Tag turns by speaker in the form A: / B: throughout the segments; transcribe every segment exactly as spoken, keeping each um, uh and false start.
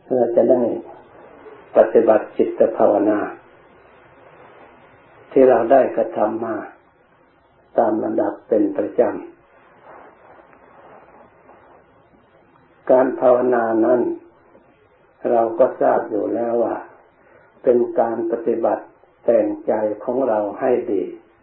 A: พื่อจะได้ปฏิบัติจิตภาวนาที่เราได้กระทำมาตามลำดับเป็นประจำการภาวนานั้นเราก็ทราบอยู่แล้วว่าเป็นการปฏิบัติแต่งใจของเราให้ดี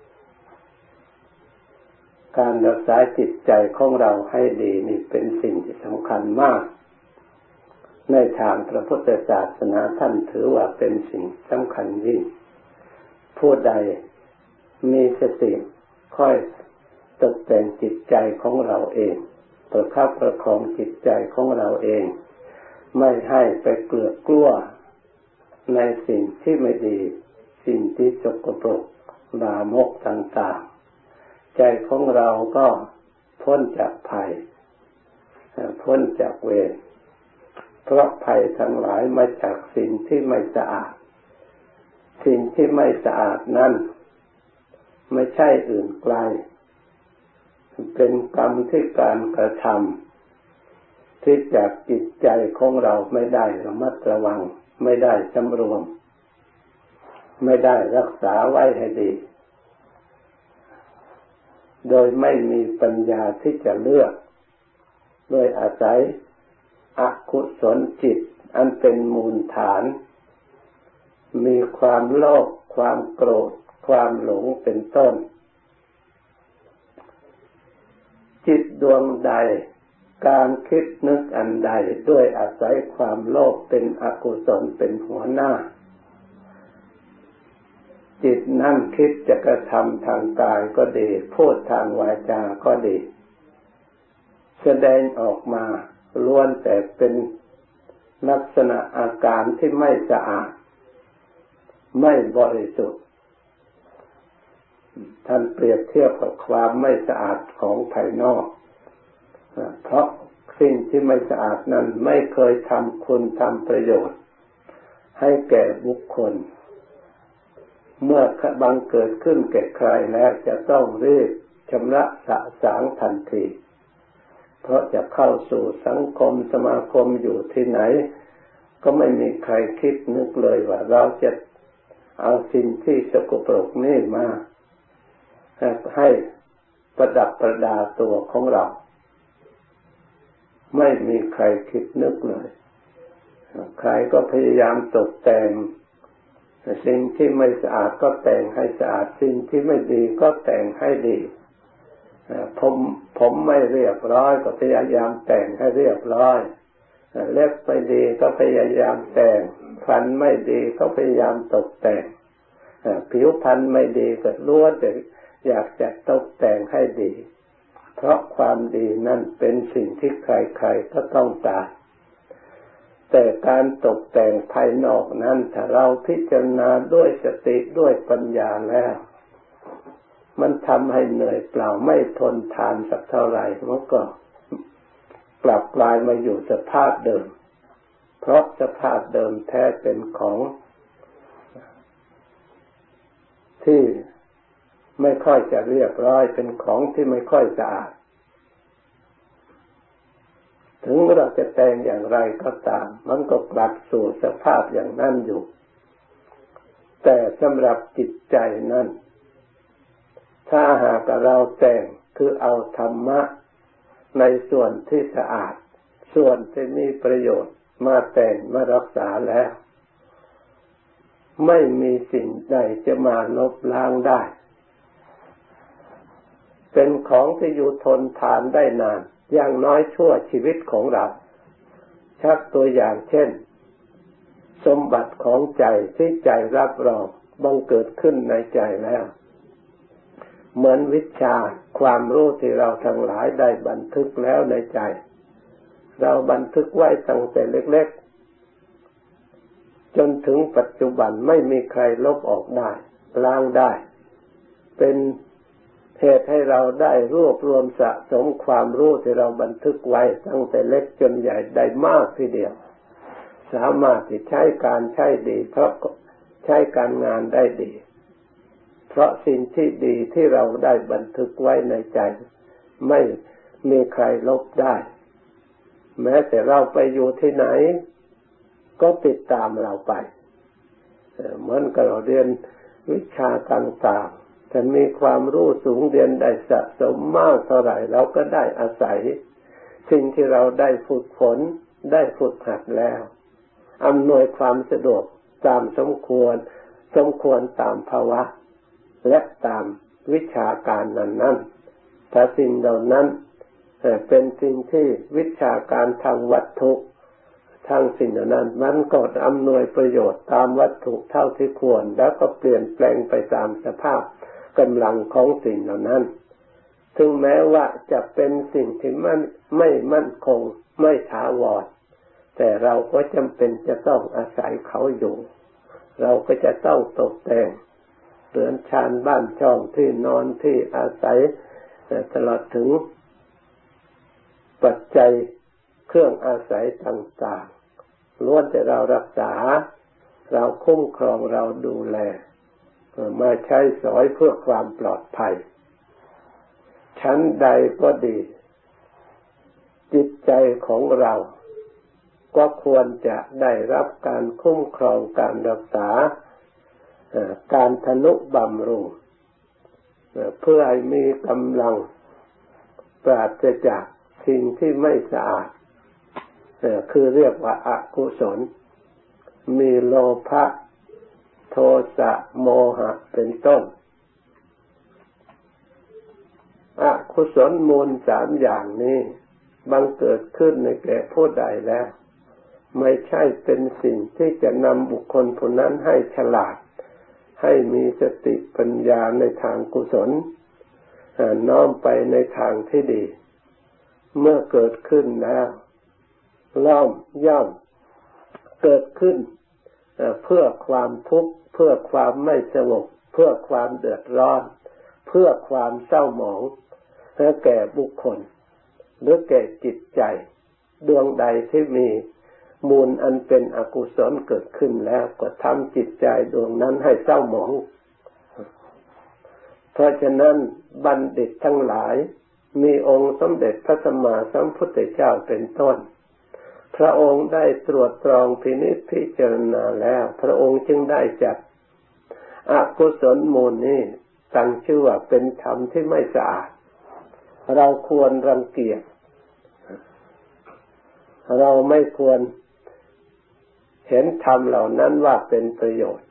A: การรักษาจิตใจของเราให้ดีนี่เป็นสิ่งที่สำคัญมากในทางพระพุทธศาสนาท่านถือว่าเป็นสิ่งสำคัญยิ่งผู้ใดมีสติค่อยตกแต่งจิตใจของเราเองประคับประคองจิตใจของเราเองไม่ให้ไปเกลือกกลัวในสิ่งที่ไม่ดีสิ่งที่สกปรกลามกต่างๆใจของเราก็พ้นจากภัยพ้นจากเวรเพราะภัยทั้งหลายมาจากสิ่งที่ไม่สะอาดสิ่งที่ไม่สะอาดนั้นไม่ใช่อื่นไกลเป็นกรรมที่การกระทำที่จากจิตใจของเราไม่ได้ระมัดระวังไม่ได้สำรวมไม่ได้รักษาไว้ให้ดีโดยไม่มีปัญญาที่จะเลือกโดยอาศัยอกุศลจิตอันเป็นมูลฐานมีความโลภความโกรธความหลงเป็นต้นจิตดวงใดการคิดนึกอันใดด้วยอาศัยความโลภเป็นอกุศลเป็นหัวหน้าจิตนั่นคิดจะกระทำทางกายก็ดีพูดทางวาจาก็ดีแสดงออกมาล้วนแต่เป็นลักษณะอาการที่ไม่สะอาดไม่บริสุทธิ์ท่านเปรียบเทียบกับความไม่สะอาดของภายนอกเพราะสิ่งที่ไม่สะอาดนั้นไม่เคยทำคุณทำประโยชน์ให้แก่บุคคลเมื่อบังเกิดขึ้นแก่ใครแล้วจะต้องรีบชำระสะสางทันทีเพราะจะเข้าสู่สังคมสมาคมอยู่ที่ไหนก็ไม่มีใครคิดนึกเลยว่าเราจะเอาสิ่งที่สกปรกนี่มาให้ประดับประดาตัวของเราไม่มีใครคิดนึกเลยใครก็พยายามตกแต่งสิ่งที่ไม่สะอาดก็แต่งให้สะอาดสิ่งที่ไม่ดีก็แต่งให้ดีผมผมไม่เรียบร้อยก็พยายามแต่งให้เรียบร้อยเล็บไม่ดีก็พยายามแต่งฟันไม่ดีก็พยายามตกแต่งผิวพรรณไม่ดีก็ล้วนแต่อยากจะตกแต่งให้ดีเพราะความดีนั่นเป็นสิ่งที่ใครๆก็ต้องการแต่การตกแต่งภายนอกนั้นถ้าเราพิจารณาด้วยสติด้วยปัญญาแล้วมันทำให้เหนื่อยเปล่าไม่ทนทานสักเท่าไหร่มันก็กลับกลายมาอยู่สภาพเดิมเพราะสภาพเดิมแท้เป็นของที่ไม่ค่อยจะเรียบร้อยเป็นของที่ไม่ค่อยสะอาดถึงเราจะแต่งอย่างไรก็ตามมันก็กลับสู่สภาพอย่างนั้นอยู่แต่สำหรับจิตใจนั้นถ้าหากเราแต่งคือเอาธรรมะในส่วนที่สะอาดส่วนที่มีประโยชน์มาแต่งมารักษาแล้วไม่มีสิ่งใดจะมาลบล้างได้เป็นของที่อยู่ทนทานได้นานอย่างน้อยชั่วชีวิตของเราชักตัวอย่างเช่นสมบัติของใจที่ใจรับรองบังเกิดขึ้นในใจแล้วเหมือนวิชาความรู้ที่เราทั้งหลายได้บันทึกแล้วในใจเราบันทึกไว้ตั้งแต่เล็กๆจนถึงปัจจุบันไม่มีใครลบออกได้ล้างได้เป็นเหตุให้เราได้รวบรวมสะสมความรู้ที่เราบันทึกไว้ตั้งแต่เล็กจนใหญ่ได้มากทีเดียวสามารถที่ใช้การใช้ดีเพราะใช้การงานได้ดีเพราะสิ่งที่ดีที่เราได้บันทึกไว้ในใจไม่มีใครลบได้แม้แต่เราไปอยู่ที่ไหนก็ติดตามเราไปเหมือนกับเราเรียนวิชาต่างๆจะมีความรู้สูงเรียนได้สะสมมากเท่าไหร่เราก็ได้อาศัยสิ่งที่เราได้ฝึกฝนได้ฝึกหัดแล้วอำนวยความสะดวกตามสมควรสมควรตามภาวะและตามวิชาการนั้นๆถ้าสิ่งเหล่านั้นเป็นสิ่งที่วิชาการทางวัตถุทางสิ่งเหล่านั้นมันก็อำนวยประโยชน์ตามวัตถุเท่าที่ควรแล้วก็เปลี่ยนแปลงไปตามสภาพกำลังของสิ่งเหล่านั้นถึงแม้ว่าจะเป็นสิ่งที่มันไม่มั่นคงไม่ถาวรแต่เราก็จำเป็นจะต้องอาศัยเขาอยู่เราก็จะต้องตกแต่งเรือนชานบ้านช่องที่นอนที่อาศัยตลอดถึงปัจจัยเครื่องอาศัยต่างๆล้วนแต่เรารักษาเราคุ้มครองเราดูแลมาใช้สอยเพื่อความปลอดภัยชั้นใดก็ดีจิตใจของเราก็ควรจะได้รับการคุ้มครองการรักษาการทนุบำรุงเพื่อให้มีกำลังปราศจากสิ่งที่ไม่สะอาดคือเรียกว่าอกุศลมีโลภะโทสะโมหะเป็นต้นอกุศลมูลสามอย่างนี้บังเกิดขึ้นในแก่ผู้ใดแล้วไม่ใช่เป็นสิ่งที่จะนำบุคคลผู้นั้นให้ฉลาดให้มีสติปัญญาในทางกุศลน้อมไปในทางที่ดีเมื่อเกิดขึ้นแล้วย่อมย่อมเกิดขึ้นเพื่อความทุกข์เพื่อความไม่สงบเพื่อความเดือดร้อนเพื่อความเศร้าหมองและแก่บุคคลหรือแก่จิตใจดวงใดที่มีมูลอันเป็นอกุศลเกิดขึ้นแล้วก็ทำจิตใจดวงนั้นให้เศร้าหมองเพราะฉะนั้นบัณฑิตทั้งหลายมีองค์สมเด็จพระสัมมาสัมพุทธเจ้าเป็นต้นพระองค์ได้ตรวจตรองพินิจพิจารณาแล้วพระองค์จึงได้จัดอกุศลมูลนี้ตั้งชื่อว่าเป็นธรรมที่ไม่สะอาดเราควรรังเกียจเราไม่ควรเห็นธรรมเหล่านั้นว่าเป็นประโยชน์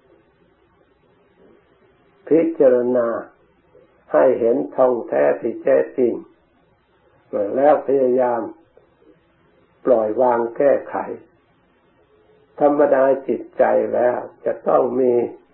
A: พิจารณาให้เห็นท่องแท้ที่แท้จริงแล้วพยายามปล่อยวางแก้ไขธรรมดาจิตใจแล้วจะต้องมี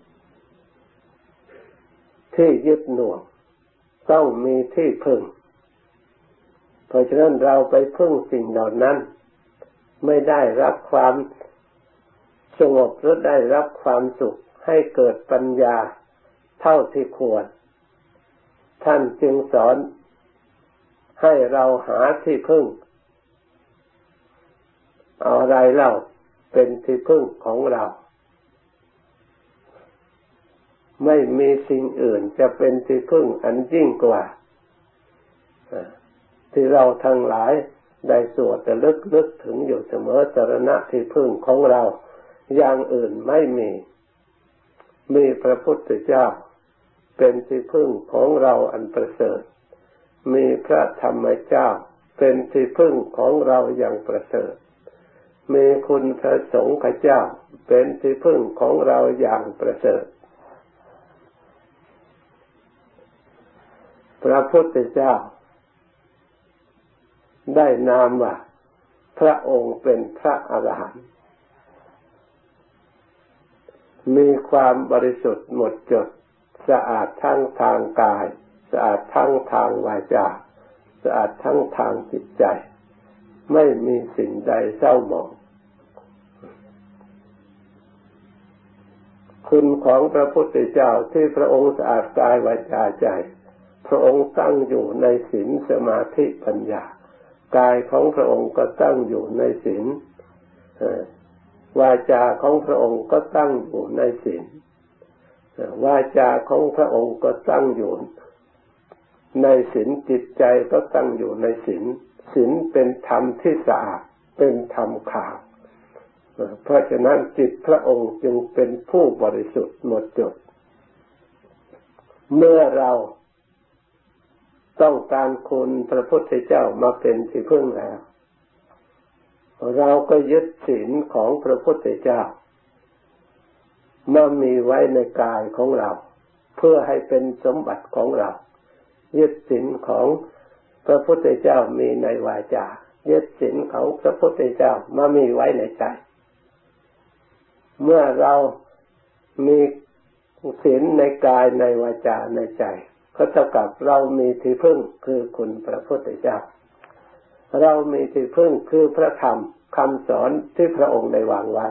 A: ที่ยึดหน่วงต้องมีที่พึ่งเพราะฉะนั้นเราไปพึ่งสิ่งเหล่านั้นไม่ได้รับความสงบหรือได้รับความสุขให้เกิดปัญญาเท่าที่ควรท่านจึงสอนให้เราหาที่พึ่งเอาอะไรเล่าเป็นที่พึ่งของเราไม่มีสิ่งอื่นจะเป็นที่พึ่งอันยิ่งกว่าที่เราทั้งหลายได้สวดแต่ลึกๆถึงอยู่เสมอสรณะที่พึ่งของเราอย่างอื่นไม่มีมีพระพุทธเจ้าเป็นที่พึ่งของเราอันประเสริฐมีพระธรรมเจ้าเป็นที่พึ่งของเราอย่างประเสริฐมีคุณพระสงฆ์เจ้าเป็นที่พึ่งของเราอย่างประเสริฐพระพุทธเจ้าได้นามว่าพระองค์เป็นพระอรหันต์มีความบริสุทธิ์หมดจดสะอาดทั้งทางกายสะอาดทั้งทางวาจาสะอาดทั้งทางจิตใจไม่มีสิ่งใดเศร้าหมองคุณของพระพุทธเจ้าที่พระองค์สะอาดกายวาจาใจพระองค์ตั้งอยู่ในศีลสมาธิปัญญากายของพระองค์ก็ตั้งอยู่ในศีลวาจาของพระองค์ก็ตั้งอยู่ในศีลวาจาของพระองค์ก็ตั้งอยู่ในศีลจิตใจก็ตั้งอยู่ในศีลศีลเป็นธรรมที่สะอาดเป็นธรรมขาวเพราะฉะนั้นจิตพระองค์จึงเป็นผู้บริสุทธิ์หมดจดเมื่อเราต้องการคุณพระพุทธเจ้ามาเป็นที่พึ่งแล้วเราก็ยึดศีลของพระพุทธเจ้ามามีไว้ในกายของเราเพื่อให้เป็นสมบัติของเรายึดศีลของพระพุทธเจ้ามีในวาจายึดศีลของพระพุทธเจ้ามามีไว้ในใจเมื่อเรามีศีลในกายในวาจาในใจก็เท่ากับเรามีที่พึ่งคือคุณพระพุทธเจ้าเรามีที่พึ่งคือพระธรรมคำสอนที่พระองค์ได้วางไว้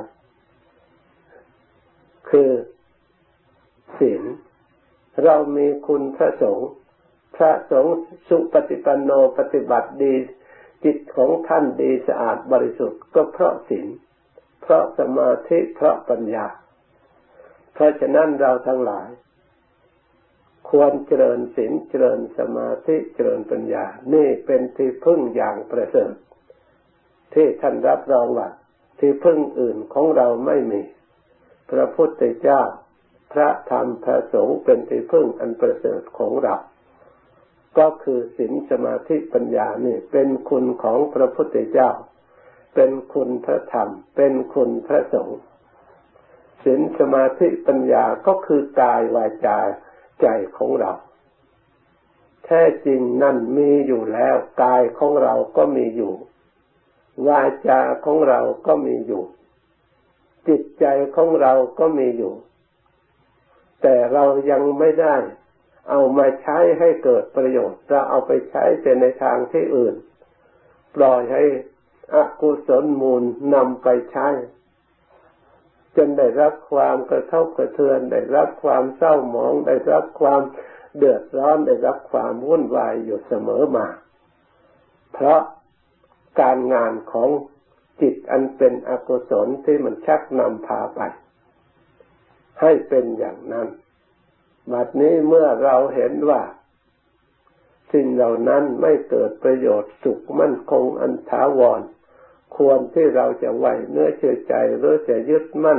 A: คือศีลเรามีคุณพระสงฆ์พระสงฆ์สุปฏิปันโนปฏิบัติดีจิตของท่านดีสะอาดบริสุทธิ์ก็เพราะศีลเพราะสมาธิเพราะปัญญาเพราะฉะนั้นเราทั้งหลายควรเจริญศีลเจริญสมาธิเจริญปัญญานี่เป็นที่พึ่งอย่างประเสริฐที่ท่านรับรองว่าที่พึ่งอื่นของเราไม่มีพระพุทธเจ้าพระธรรมพระสงฆ์เป็นที่พึ่งอันประเสริฐของเราก็คือศีลสมาธิปัญญานี่เป็นคุณของพระพุทธเจ้าเป็นคุณพระธรรมเป็นคุณพระสงฆ์ศีลสมาธิปัญญาก็คือกายวาจาใจของเราแท้จริงนั่นมีอยู่แล้วกายของเราก็มีอยู่วาจาของเราก็มีอยู่จิตใจของเราก็มีอยู่แต่เรายังไม่ได้เอามาใช้ให้เกิดประโยชน์เราเอาไปใช้แต่ในทางที่อื่นปล่อยให้อกุศลมูลนำไปใช้จนได้รับความกระทบกระเทือนได้รับความเศร้าหมองได้รับความเดือดร้อนได้รับความวุ่นวายอยู่เสมอมาเพราะการงานของจิตอันเป็นอกุศลที่มันชักนำพาไปให้เป็นอย่างนั้นบัดนี้เมื่อเราเห็นว่าสิ่งเหล่านั้นไม่เกิดประโยชน์สุขมั่นคงอันถาวรควรที่เราจะไว้เนื้อเชื่อใจหรือจะยึดมั่น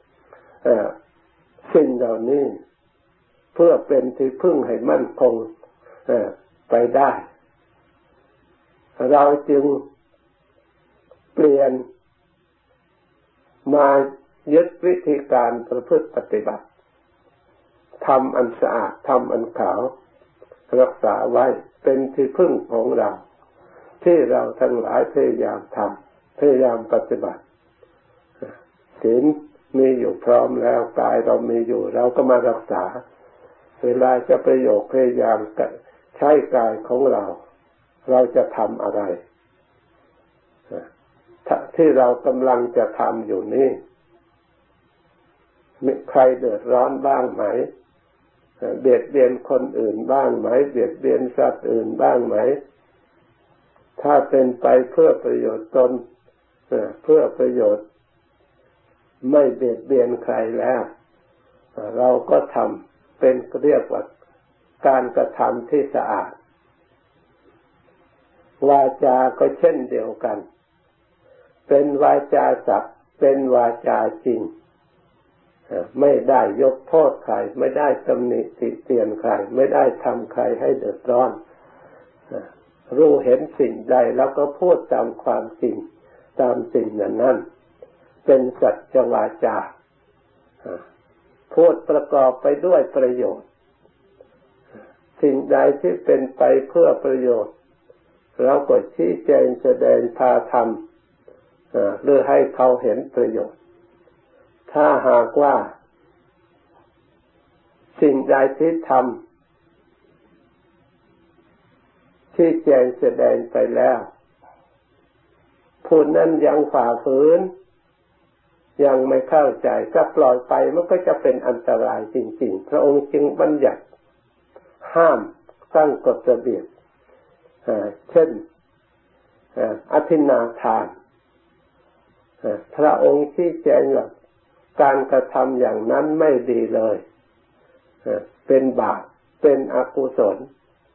A: สิ่งเหล่านี้เพื่อเป็นที่พึ่งให้มั่นคงไปได้เราจึงเปลี่ยนมายึดวิธีการประพฤติปฏิบัติทำอันสะอาดทำอันขาวรักษาไว้เป็นที่พึ่งของเราที่เราทั้งหลายพยายามทำพยายามปฏิบัติศีลมีอยู่พร้อมแล้วกายเรามีอยู่เราก็มารักษาเวลาจะประโยชน์พยายามใช้กายของเราเราจะทำอะไรที่เรากำลังจะทำอยู่นี่มีใครเดือดร้อนบ้างไหมเบียดเบียนคนอื่นบ้างไหมเบียดเบียนสัตว์อื่นบ้างไหมถ้าเป็นไปเพื่อประโยชน์ตนเพื่อประโยชน์ไม่เบียดเบียนใครแล้วเราก็ทำเป็นเรียกว่าการกระทำที่สะอาดวาจาก็เช่นเดียวกันเป็นวาจาสัตย์เป็นวาจาจริงไม่ได้ยกโทษใครไม่ได้ตำหนิติเตียนใครไม่ได้ทำใครให้เดือดร้อนรู้เห็นสิ่งใดแล้วก็พูดตามความจริงตามสิ่งนั้นเป็นสัจวาจาพูดประกอบไปด้วยประโยชน์สิ่งใดที่เป็นไปเพื่อประโยชน์เราก็ชี้แจงแสดงพาทำหรือให้เขาเห็นประโยชน์ถ้าหากว่าสิ่งใดที่ทำชี้แจงแสดงไปแล้วผู้นั้นยังฝ่าฝืนยังไม่เข้าใจก็ปล่อยไปมันก็จะเป็นอันตรายจริงๆพระองค์จึงบัญญัติห้ามตั้งกฎระเบียบเช่นอทินนาทานพระองค์ชี้แจงว่าการกระทำอย่างนั้นไม่ดีเลยเป็นบาปเป็นอกุศล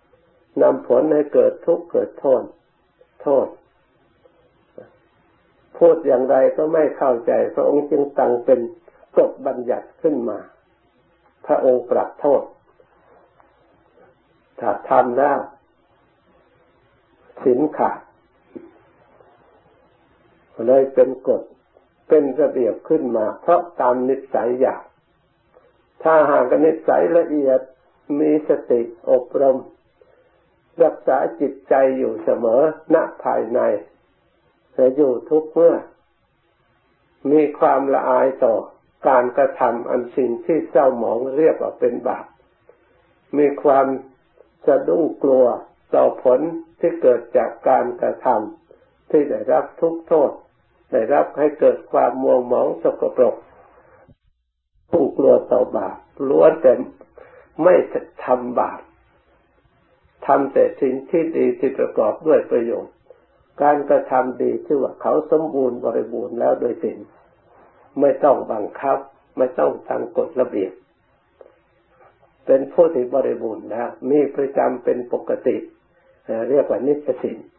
A: นำผลให้เกิดทุกข์เกิดโทษโทษพูดอย่างไรก็ไม่เข้าใจพระองค์จึงตั้งเป็นกฎบัญญัติขึ้นมาพระองค์ปรับโทษถ้าทำแล้วศีลขาดเลยเป็นกฎเป็นระเบียบขึ้นมาเพราะตามนิสัยอยากถ้าหากนิสัยละเอียดมีสติอบรมรักษาจิตใจอยู่เสมอณภายในจะอยู่ทุกเมื่อมีความละอายต่อการกระทำอันสิ่งที่เศร้าหมองเรียกว่าเป็นบาปมีความสะดุ้งกลัวต่อผลที่เกิดจากการกระทำที่ได้รับทุกข์โทษได้รับให้เกิดความมัวหมองสกปรกผู้กลัวต่อบาปล้วนแต่ไม่ทำบาปทำแต่สิ่งที่ดีที่ประกอบด้วยประโยชน์การกระทำดีชื่อว่าเขาสมบูรณ์บริบูรณ์แล้วโดยศีลไม่ต้องบังคับไม่ต้องตั้งกฎระเบียบเป็นผู้ที่บริบูรณ์แล้วมีประจำเป็นปกติเรียกว่านิจศีล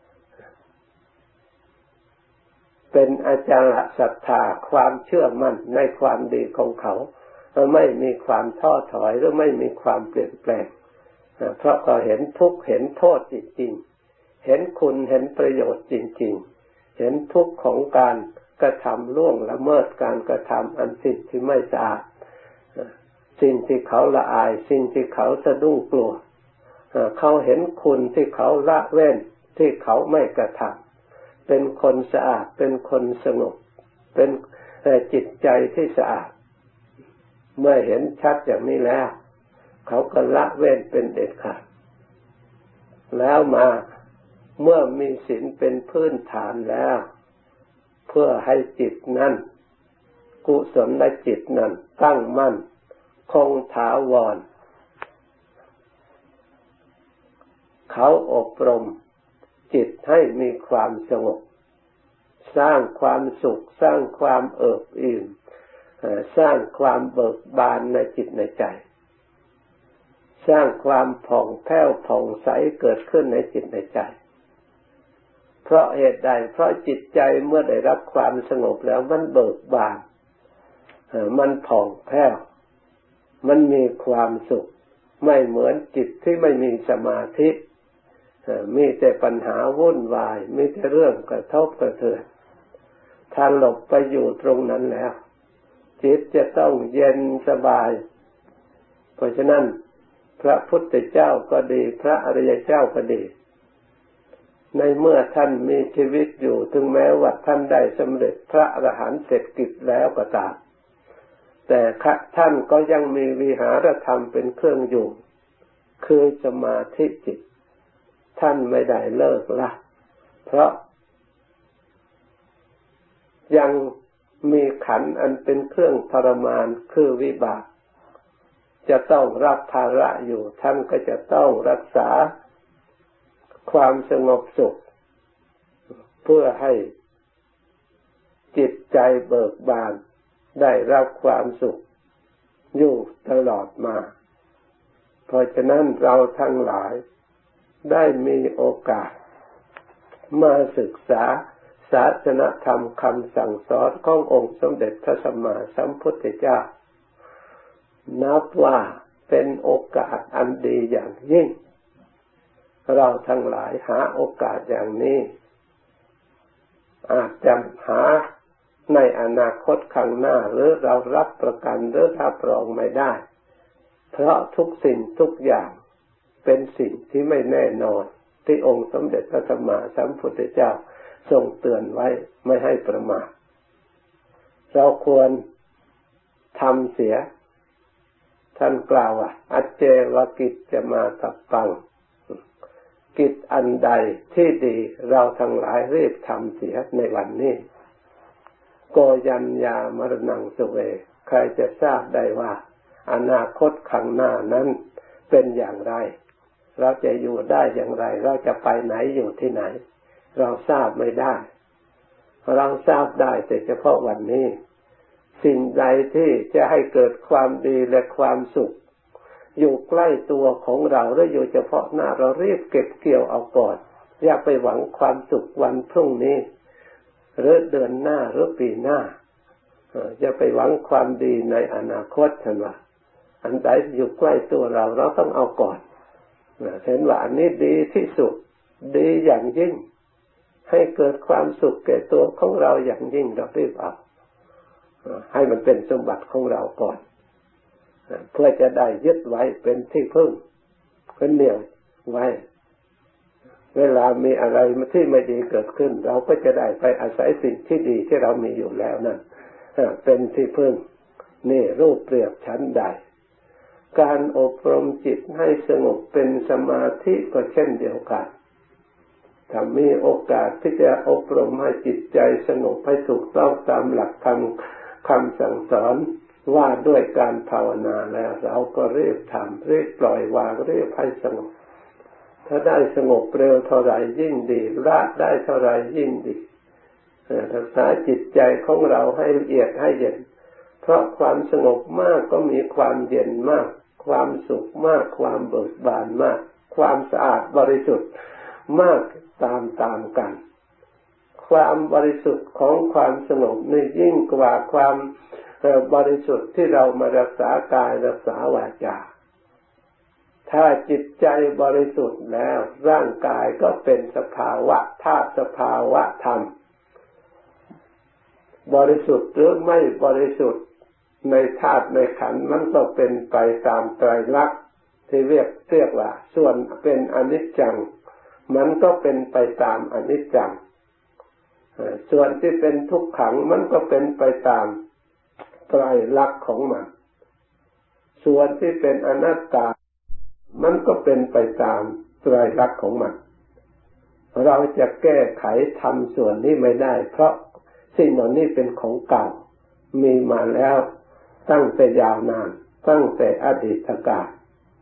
A: เป็นอาจารย์ศรัทธาความเชื่อมั่นในความดีของเขาไม่มีความท้อถอยหรือไม่มีความเปลี่ยนแปลงเพราะเขาเห็นทุกข์เห็นโทษจริงๆเห็นคุณเห็นประโยชน์จริงๆเห็นทุกข์ของการกระทำล่วงละเมิดการกระทำอันสิ่งที่ไม่สะอาดสิ่งที่เขาละอายสิ่งที่เขาสะดุ้งกลัวเขาเห็นคุณที่เขาละเว้นที่เขาไม่กระทำเป็นคนสะอาดเป็นคนสงบเป็นจิตใจที่สะอาดเมื่อเห็นชัดอย่างนี้แล้วเขาก็ละเว้นเป็นเด็ดขาดแล้วมาเมื่อมีศีลเป็นพื้นฐานแล้วเพื่อให้จิตนั้นกุศลจิตนั้นตั้งมั่นคงถาวรเขาอบรมจิตให้มีความสงบสร้างความสุขสร้างความเอิบอิ่มสร้างความเบิกบานในจิตในใจสร้างความผ่องแผ้วผ่องใสเกิดขึ้นในจิตในใจเพราะเหตุใดเพราะจิตใจเมื่อได้รับความสงบแล้วมันเบิกบานมันผ่องแผ้วมันมีความสุขไม่เหมือนจิตที่ไม่มีสมาธิมีแต่ปัญหาวุ่นวายมีแต่เรื่องกระทบกระเทือนถ้าหลบไปอยู่ตรงนั้นแล้วจิตจะต้องเย็นสบายเพราะฉะนั้นพระพุทธเจ้าก็ดีพระอริยเจ้าก็ดีในเมื่อท่านมีชีวิตอยู่ถึงแม้ว่าท่านได้สำเร็จพระอรหันต์เสร็จกิจแล้วก็ตามแต่ท่านก็ยังมีวิหารธรรมเป็นเครื่องอยู่คือสมาธิจิตท่านไม่ได้เลิกละเพราะยังมีขันธ์อันเป็นเครื่องทรมานคือวิบากจะต้องรับภาระอยู่ท่านก็จะต้องรักษาความสงบสุขเพื่อให้จิตใจเบิกบานได้รับความสุขอยู่ตลอดมาเพราะฉะนั้นเราทั้งหลายได้มีโอกาสมาศึกษาศาสนธรรมคำสั่งสอนขององค์สมเด็จพระสัมมาสัมพุทธเจ้านับว่าเป็นโอกาสอันดีอย่างยิ่งเราทั้งหลายหาโอกาสอย่างนี้อาจจะหาในอนาคตข้างหน้าหรือเรารับประกันหรือรับรองไม่ได้เพราะทุกสิ่งทุกอย่างเป็นสิ่งที่ไม่แน่นอนที่องค์สมเด็จพระสัมมาสัมพุทธเจ้าทรงเตือนไว้ไม่ให้ประมาทเราควรทำเสียท่านกล่าวว่าอัจเจวกิจจะมาตับปังกิจอันใดที่ดีเราทั้งหลายรีบทำเสียในวันนี้โกยัญญามรณังสุเวใครจะทราบได้ว่าอนาคตข้างหน้านั้นเป็นอย่างไรเราจะอยู่ได้อย่างไรเราจะไปไหนอยู่ที่ไหนเราทราบไม่ได้เราทราบได้แต่เฉพาะวันนี้สิ่งใดที่จะให้เกิดความดีและความสุขอยู่ใกล้ตัวของเราหรืออยู่เฉพาะหน้าเรารีบเก็บเกี่ยวเอาก่อนอย่าไปหวังความสุขวันพรุ่งนี้หรือเดือนหน้าหรือปีหน้าอย่าไปหวังความดีในอนาคตท่านว่าอันใดอยู่ใกล้ตัวเราเราต้องเอาก่อนเห็นว่าอันนี้ดีที่สุดดีอย่างยิ่งให้เกิดความสุขแก่ตัวของเราอย่างยิ่งเรารีบเอาให้มันเป็นสมบัติของเราก่อนเพื่อจะได้ยึดไว้เป็นที่พึ่งเป็นเหนี่ยวไว้เวลามีอะไรที่ไม่ดีเกิดขึ้นเราก็จะได้ไปอาศัยสิ่งที่ดีที่เรามีอยู่แล้วนั่นเป็นที่พึ่งนี่รูปเปรียบชั้นใดการอบรมจิตให้สงบเป็นสมาธิก็เช่นเดียวกันถ้ามีโอกาสที่จะอบรมให้จิตใจสงบให้ถูกต้องตามหลักธรรมคำสั่งสอนว่าด้วยการภาวนาแล้วเราก็รีบทำรีบปล่อยวางรีบให้สงบถ้าได้สงบเร็วเท่าไหร่ยิ่งดีละได้เท่าไหร่ยิ่งดีรักษาจิตใจของเราให้ละเอียดให้เย็นเพราะความสงบมากก็มีความเย็นมากความสุขมากความเบิกบานมากความสะอาดบริสุทธิ์มากตามตามกันความบริสุทธิ์ของความสงบนี่ยิ่งกว่าความบริสุทธิ์ที่เรามารักษากายรักษาวาจาถ้าจิตใจบริสุทธิ์แล้วร่างกายก็เป็นสภาวะธาตุสภาวะธรรมบริสุทธิ์หรือไม่บริสุทธิ์ในธาตุในขันธ์มันก็เป็นไปตามไตรลักษณ์ที่เรียกเรียกว่าส่วนเป็นอนิจจังมันก็เป็นไปตามอนิจจังส่วนที่เป็นทุกขังมันก็เป็นไปตามไตรลักษณ์ของมันส่วนที่เป็นอนัตตามันก็เป็นไปตามไตรลักษณ์ของมันเราจะแก้ไขทำส่วนนี้ไม่ได้เพราะสิ่งเหล่านี้เป็นของเก่ามีมาแล้วตั้งแต่ยาวนานตั้งแต่อดีตกาล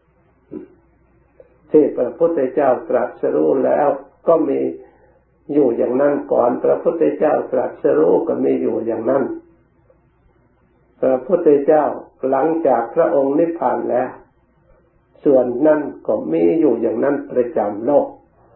A: ที่พระพุทธเจ้าตรัสรู้แล้วก็มีอยู่อย่างนั้นก่อนพระพุทธเจ้าตรัสรู้ก็มีอยู่อย่างนั้นพระพุทธเจ้าหลังจากพระองค์นิพพานแล้วส่วนนั้นก็มีอยู่อย่างนั้นประจำโลก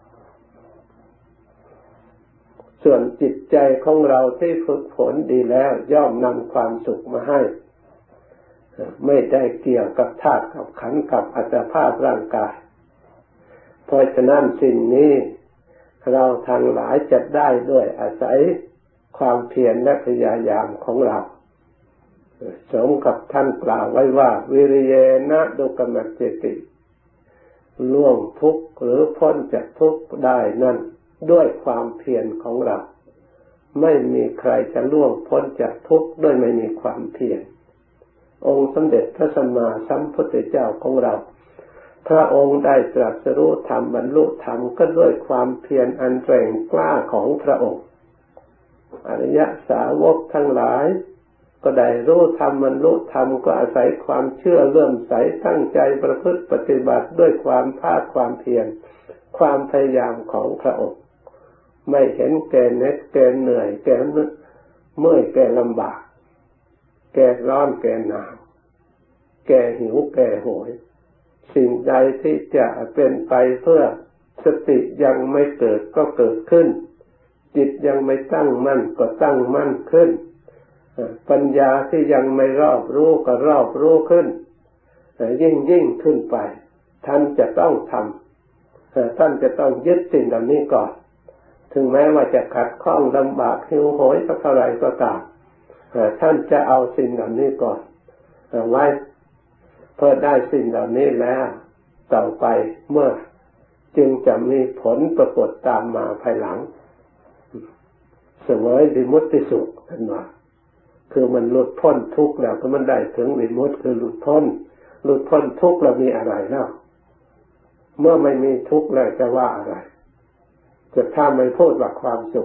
A: ส่วนจิตใจของเราที่ฝึกฝนดีแล้วย่อมนำความสุขมาให้ไม่ได้เกี่ยวกับธาตุกับขันธ์กับอัตภาพร่างกายเพราะฉะนั้นสิ่งนี้เราทั้งหลายจะได้ด้วยอาศัยความเพียรและพยายามของเราสมกับท่านกล่าวไว้ว่าวิริเยนะดุกขมัจเจติล่วงทุกข์หรือพ้นจากทุกข์ได้นั่นด้วยความเพียรของเราไม่มีใครจะล่วงพ้นจากทุกข์ด้วยไม่มีความเพียรองค์สมเด็จพระสัมมาสัมพุทธเจ้าของเราพระองค์ได้ตรัสรู้ธรรมบรรลุธรรมก็ด้วยความเพียรอันแรงกล้าของพระองค์อริยสาวกทั้งหลายก็ได้รู้ธรรมบรรลุธรรมก็อาศัยความเชื่อเลื่อมใสตั้งใจประพฤติปฏิบัติด้วยความภาคความเพียรความพยายามของพระองค์ไม่เห็นแก่เหน็ดแก่เหนื่อยแก่เมื่อยแก่ลำบากแก่ร้อนแก่หนาวแก่หิวแก่โหยสิ่งใดที่จะเป็นไปเพื่อสติยังไม่เกิดก็เกิดขึ้นจิตยังไม่ตั้งมั่นก็ตั้งมั่นขึ้นปัญญาที่ยังไม่รอบรู้ก็รอบรู้ขึ้นยิ่งยิ่งขึ้นไปท่านจะต้องทำท่านจะต้องยึดสิ่งเหล่านี้ก่อนถึงแม้ว่าจะขัดข้องลำบากหิวโหยสักเท่าไรก็ตามท่านจะเอาสิ่งเหล่านี้ก่อนไว้เพื่อได้สิ่งเหล่านี้แล้วต่อไปเมื่อจึงจะมีผลปรากฏตามมาภายหลังเสวยวิมุตติสุขนั่นว่าคือมันหลุดพ้นทุกข์แล้วก็มันได้ถึงวิมุตติคือหลุดพ้นหลุดพ้นทุกข์แล้วมีอะไรแล้วเมื่อไม่มีทุกข์แล้วจะว่าอะไรจะถ้าไม่พูดว่าความสุข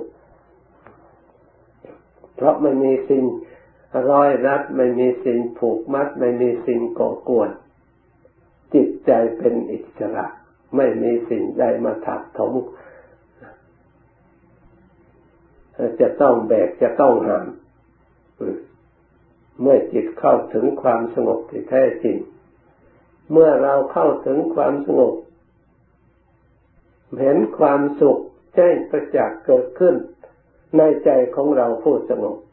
A: เพราะไม่มีสิ่งร้อยรัดไม่มีสิ่งผูกมัดไม่มีสิ่งก่อกวนจิตใจเป็นอิสระไม่มีสิ่งใดมาถักถมจะต้องแบกจะต้องหามเมื่อจิตเข้าถึงความสงบที่แท้จริงเมื่อเราเข้าถึงความสงบเห็นความสุขแจ้งประจักษ์เกิดขึ้นในใจของเราผู้สงบ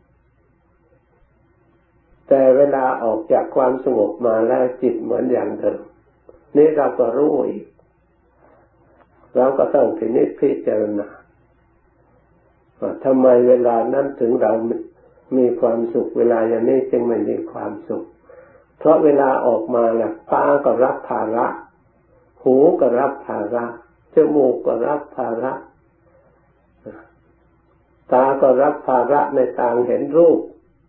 A: แต่เวลาออกจากความสงบมาแล้วจิตเหมือนอย่างเดิมนี่เราก็รู้อีกเราก็ต้องพินิจพิจารณาว่าทำไมเวลานั้นถึงเรามีความสุขเวลาอย่างนี้จึงไม่มีความสุขเพราะเวลาออกมาน่ะตาก็รับภาระหูก็รับภาระจมูกก็รับภาระตาก็รับภาระในทางเห็นรูป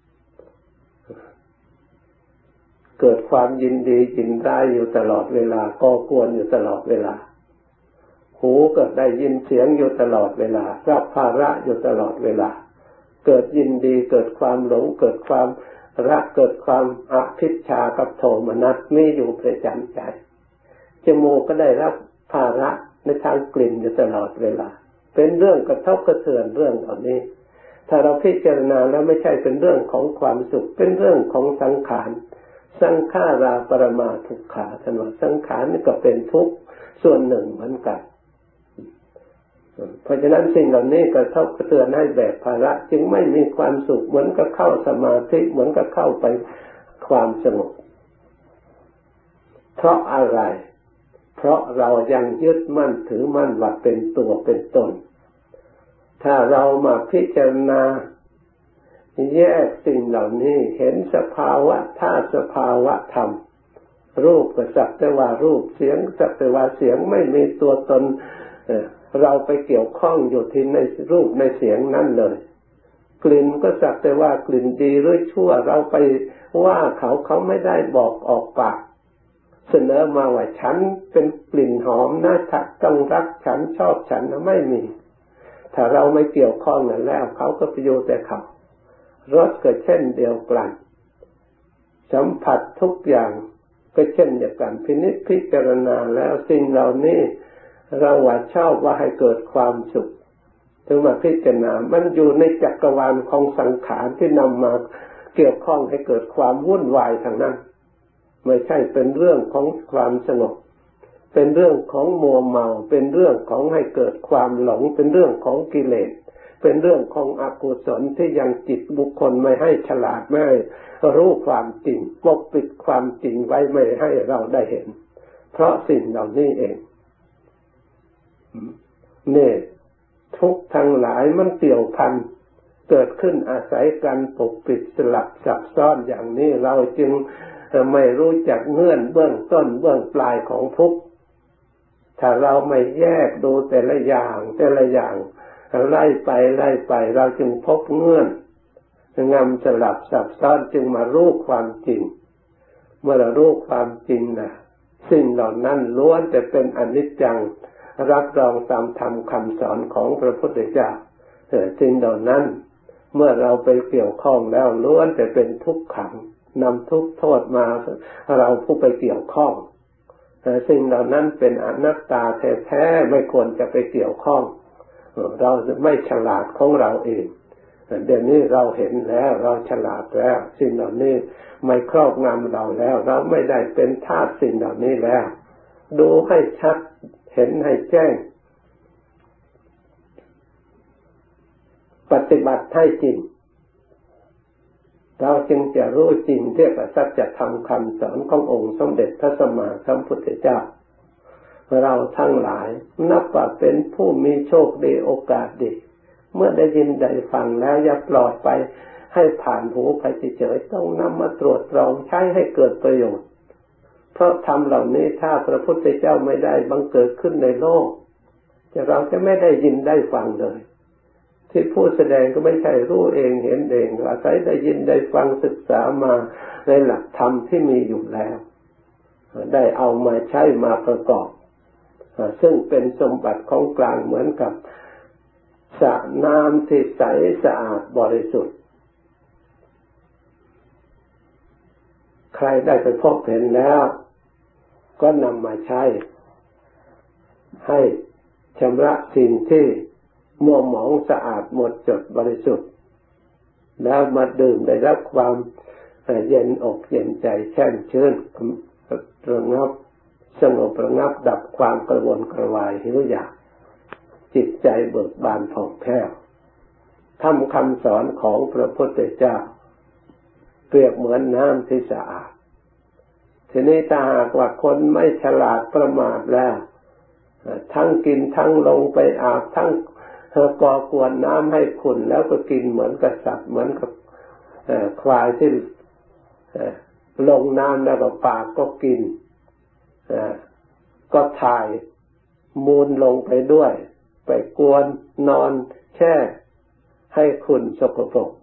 A: เกิดความยินดียินร้ายอยู่ตลอดเวลาก่อกวนอยู่ตลอดเวลาหูก็ได้ยินเสียงอยู่ตลอดเวลารับภาระอยู่ตลอดเวลาเกิดยินดีเกิดความหลงเกิดความรักเกิดความอภิชากับโทมนัสมีอยู่ประจำใจจมูกก็ได้รับภาระในทางกลิ่นอยู่ตลอดเวลาเป็นเรื่องกระทบกระเทือนเรื่องเหล่านี้ถ้าเราพิจารณาแล้วไม่ใช่เป็นเรื่องของความสุขเป็นเรื่องของสังขารสังขาราปรมาทุกขาท่านว่าสังขารนี่ก็เป็นทุกข์ส่วนหนึ่งเหมือนกันเพราะฉะนั้นสิ่งเหล่านี้กระทบกระเทือนให้แบกภาระจึงไม่มีความสุขเหมือนกับเข้าสมาธิเหมือนกับเข้าไปความสงบเพราะอะไรเพราะเรายังยึดมั่นถือมั่นว่าเป็นตัวเป็นตนถ้าเรามาพิจารณาแยกสิ่งเหล่านี้เห็นสภาวะธาตุสภาวะธรรมรูปก็สักแต่ว่ารูปเสียงสักแต่ว่าเสียงไม่มีตัวตนเราไปเกี่ยวข้องอยู่ที่ในรูปในเสียงนั่นเลยกลิ่นก็สักแต่ว่ากลิ่นดีหรือชั่วเราไปว่าเขาเขาไม่ได้บอกออกปากเสนอมาว่าฉันเป็นกลิ่นหอมนะถ้าต้องรักฉันชอบฉันนะไม่มีถ้าเราไม่เกี่ยวข้องนั่นแล้วเขาก็ไปอยู่แต่เขารสก็เช่นเดียวกันสัมผัสทุกอย่างก็เช่นเดียวกันพินิจพิจารณาแล้วสิ่งเหล่านี้เราว่าชอบว่าให้เกิดความสุขถึงมาพิจารณามันอยู่ในจักรวาลของสังขารที่นำมาเกี่ยวข้องให้เกิดความวุ่นวายทางนั้นไม่ใช่เป็นเรื่องของความสงบเป็นเรื่องของมัวเมาเป็นเรื่องของให้เกิดความหลงเป็นเรื่องของกิเลสเป็นเรื่องของอกุศลที่ยังจิตบุคคลไม่ให้ฉลาดไม่ให้รู้ความจริงปกปิดความจริงไว้ไม่ให้เราได้เห็นเพราะสิ่งเหล่านี้เองเนี่ยทุกทั้งหลายมันเกี่ยวพันเกิดขึ้นอาศัยกันปกปิดสลับซับซ้อนอย่างนี้เราจึงไม่รู้จักเงื่อนเบื้องต้นเบื้องปลายของทุกข์ถ้าเราไม่แยกดูแต่ละอย่างแต่ละอย่างไล่ไปไล่ไปเราจึงพบเงื่อนงำสลับซับซ้อนจึงมารู้ความจริงเมื่อเรารู้ความจริงนะสิ่งเหล่านั้นล้วนแต่เป็นอนิจจังรับรองตามธรรมคำสอนของพระพุทธเจ้าสิ่งเหล่านั้นเมื่อเราไปเกี่ยวข้องแล้วล้วนแต่เป็นทุกขังนำทุกโทษมาเราผู้ไปเกี่ยวข้องสิ่งเหล่านั้นเป็นอนัตตาแท้ๆไม่ควรจะไปเกี่ยวข้องเราไม่ฉลาดของเราเองเดี๋ยวนี้เราเห็นแล้วเราฉลาดแล้วสิ่งเหล่านี้ไม่ครอบงำเราแล้วเราไม่ได้เป็นทาสสิ่งเหล่านี้แล้วดูให้ชัดเห็นให้แจ้งปฏิบัติให้จริงเราจึงจะรู้จริงเรียกว่าสัจธรรมคำสอนขององค์สมเด็จพระสัมมาสัมพุทธเจ้าเราทั้งหลายนับว่าเป็นผู้มีโชคดีโอกาสดีเมื่อได้ยินได้ฟังแล้วอย่าปล่อยไปให้ผ่านหูไปเฉยๆต้องนำมาตรวจตรองใช้ให้เกิดประโยชน์เพราะธรรมเหล่านี้ถ้าพระพุทธเจ้าไม่ได้บังเกิดขึ้นในโลกจะเราจะไม่ได้ยินได้ฟังเลยที่ผู้แสดงก็ไม่ใช่รู้เองเห็นเองอาศัยได้ยินได้ฟังศึกษามาในหลักธรรมที่มีอยู่แล้วได้เอามาใช้มาประกอบซึ่งเป็นสมบัติของกลางเหมือนกับสระน้ำที่ใสสะอาดบริสุทธิ์ใครได้ไปพบเห็นแล้วก็นำมาใช้ให้ชำระสิ่งที่มัวหมองสะอาดหมดจดบริสุทธิ์แล้วมาดื่มได้รับความเย็นอกเย็นใจแช่มชื่นระงับสงบระงับดับความกระวนกระวายหิวอยากจิตใจเบิกบานผ่องแผ้วทรมคำสอนของพระพุทธเจ้าเปรียบเหมือนน้ำที่สะอาดทีนี้ถ้าหากว่าคนไม่ฉลาดประมาทแล้วทั้งกินทั้งลงไปอาบทั้งก่อกวนน้ำให้ขุ่นแล้วก็กินเหมือนกับสัตว์เหมือนกับควายที่ลงน้ำแล้วก็ปากก็กินก็ถ่ายมูลลงไปด้วยไปกวนนอนแช่ให้ขุ่นสกปรก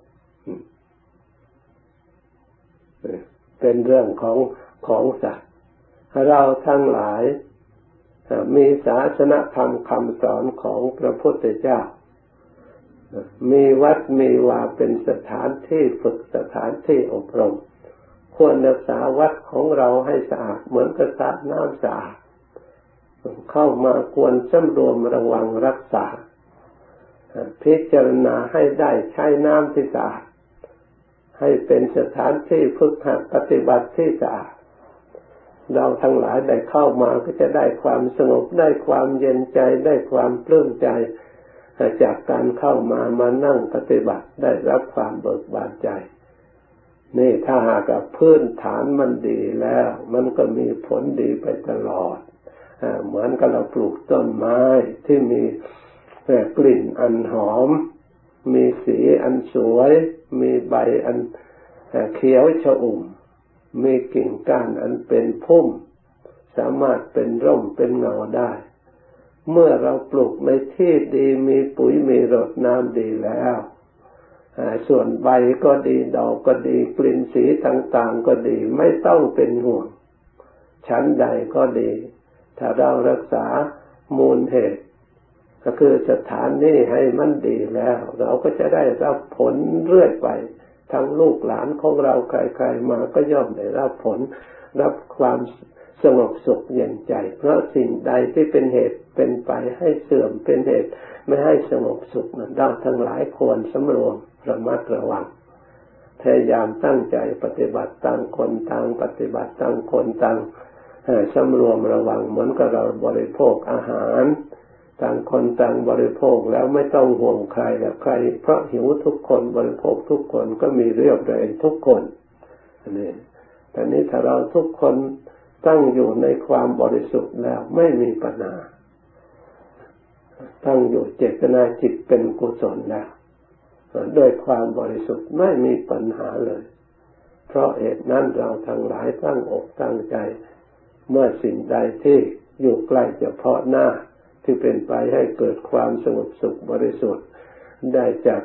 A: เป็นเรื่องของของสัตว์เราทั้งหลายมีศาสนธรรมคำสอนของพระพุทธเจ้ามีวัดมีวาเป็นสถานที่ฝึกสถานที่อบรมควรรักษาวัดของเราให้สะอาดเหมือนกระสระน้ำสะอาดเข้ามาควรสำรวมระวังรักษาพิจารณาให้ได้ใช้น้ำที่สะอาดให้เป็นสถานที่ฝึกหัดปฏิบัติที่สะอาดเราทั้งหลายได้เข้ามาก็จะได้ความสงบได้ความเย็นใจได้ความปลื้มใจจากการเข้ามามานั่งปฏิบัติได้รับความเบิกบานใจนี่ถ้าหากพื้นฐานมันดีแล้วมันก็มีผลดีไปตลอดเหมือนกับเราปลูกต้นไม้ที่มีกลิ่นอันหอมมีสีอันสวยมีใบอันเขียวชอุ่มมีกิ่งก้านอันเป็นพุ่มสามารถเป็นร่มเป็นเงาได้เมื่อเราปลูกในที่ดีมีปุ๋ยมีรดน้ำดีแล้วส่วนใบก็ดีดอกก็ดีกลิ่นสีต่างๆก็ดีไม่ต้องเป็นห่วงชั้นใดก็ดีถ้าเรารักษามูลเหตุก็คือสถานนี้ให้มันดีแล้วเราก็จะได้รับผลเรื่อยไปทั้งลูกหลานของเราใครๆมาก็ย่อมได้รับผลรับความสงบสุขเย็นใจเพราะสิ่งใดที่เป็นเหตุเป็นไปให้เสื่อมเป็นเหตุไม่ให้สงบสุขนั้นเราทั้งหลายควรสำรวมระมัดระวังพยายามตั้งใจปฏิบัติต่างคนต่างปฏิบัติต่างคนต่างสำรวมระวังเหมือนกับเราบริโภคอาหารต่างคนต่างบริโภคแล้วไม่ต้องห่วงใครและใครเพราะหิวทุกคนบริโภคทุกคนก็มีเรียบเรียงทุกคนนี่แต่นี้ถ้าเราทุกคนตั้งอยู่ในความบริสุทธิ์แล้วไม่มีปัญหาตั้งอยู่เจตนาจิตเป็นกุศลแล้วด้วยความบริสุทธิ์ไม่มีปัญหาเลยเพราะเหตุนั้นเราทั้งหลายตั้งอกตั้งใจเมื่อสิ่งใดที่อยู่ใกล้เฉพาะหน้าที่เป็นไปให้เกิดความสงบสุขบริสุทธิ์ได้จาก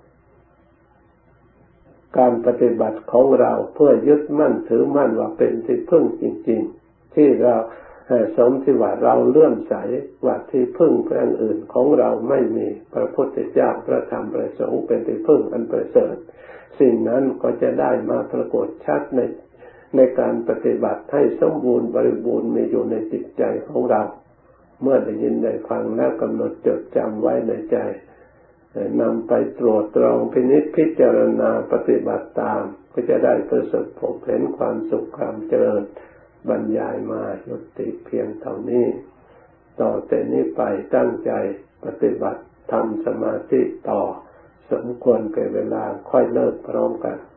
A: การปฏิบัติของเราเพื่อยึดมั่นถือมั่นว่าเป็นที่พึ่งจริงๆที่เราสมที่ว่าเราเลื่อมใสว่าที่พึ่งแปลงอื่นของเราไม่มีพระพุทธเจ้าพระธรรมพระสงฆ์เป็นที่พึ่งอันประเสริฐสิ่งนั้นก็จะได้มาปรากฏชัดในในการปฏิบัติให้สมบูรณ์บริบูรณ์มีอยู่ในจิตใจของเราเมื่อได้ยินได้ฟังแล้วกำหนดจดจำไว้ในใจนำไปตรวจตรองพินิจพิจารณาปฏิบัติตามก็จะได้ประสบพบเห็นความสุขความเจริญบรรยายมายุติเพียงเท่านี้ต่อแต่นี้ไปตั้งใจปฏิบัติทำสมาธิต่อสมควรแก่เวลาค่อยเลิกพร้อมกัน